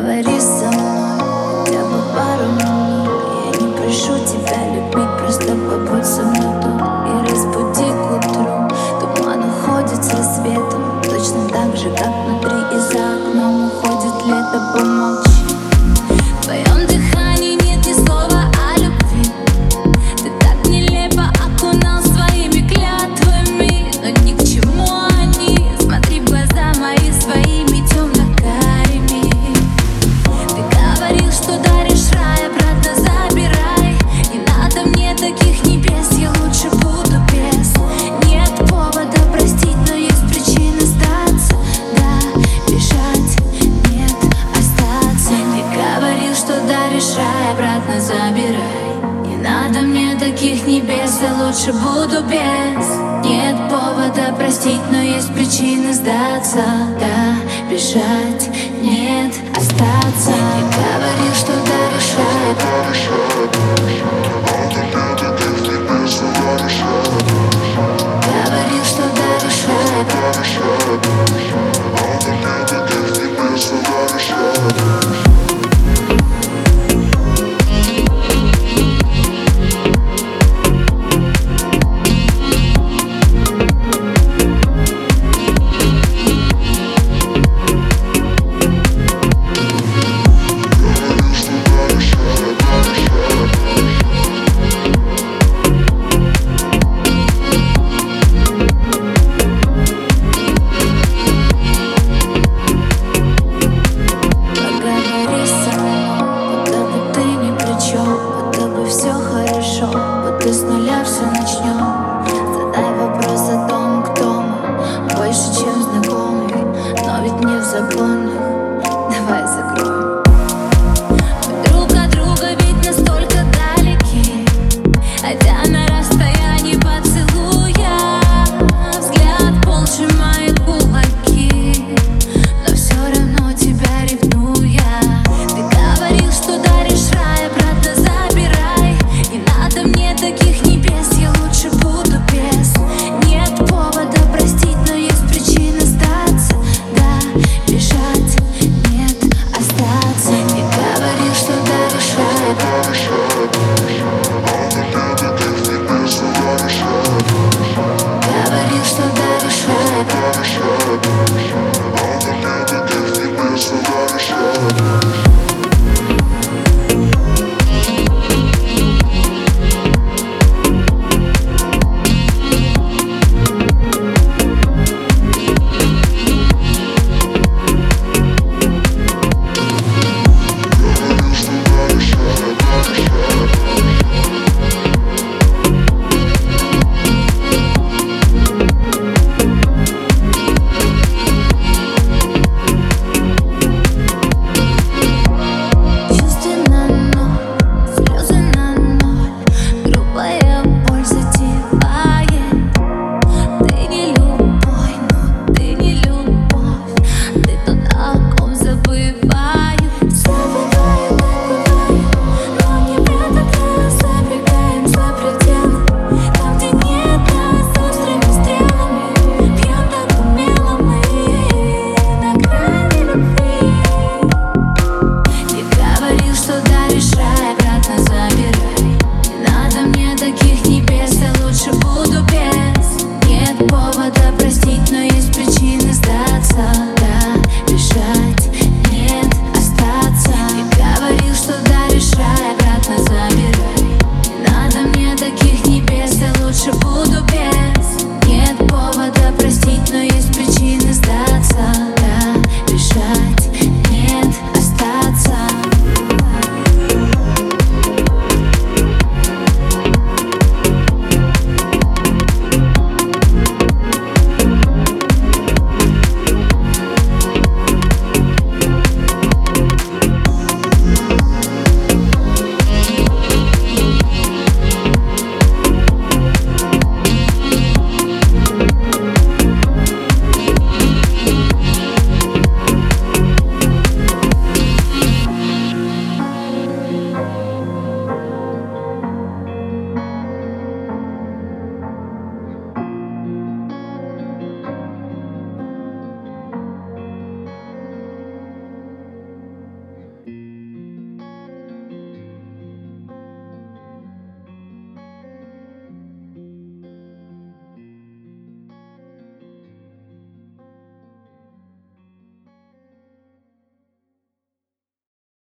Поговори со мной хотя бы пару минут. Я не прошу тебя любить, просто побудь со мной тут и разбуди к утру. Туман уходит с рассветом, точно так же, как внутри и за окном уходит лето. Помолчи. В твоем дыхании нет ни слова о любви. Ты так нелепо окунал своими клятвами, но ни к чему они. Смотри в глаза мои своими темно-карими. Ты говорил, что даришь рай, обратно забирай. Не надо мне таких небес, я лучше буду без. Нет повода простить, но есть причина сдаться. Да, бежать, нет, остаться. Ты говорил, что даришь рай, обратно забирай. Не надо мне таких небес, я лучше буду без. Нет повода простить, но есть причина сдаться. Да, бежать, нет,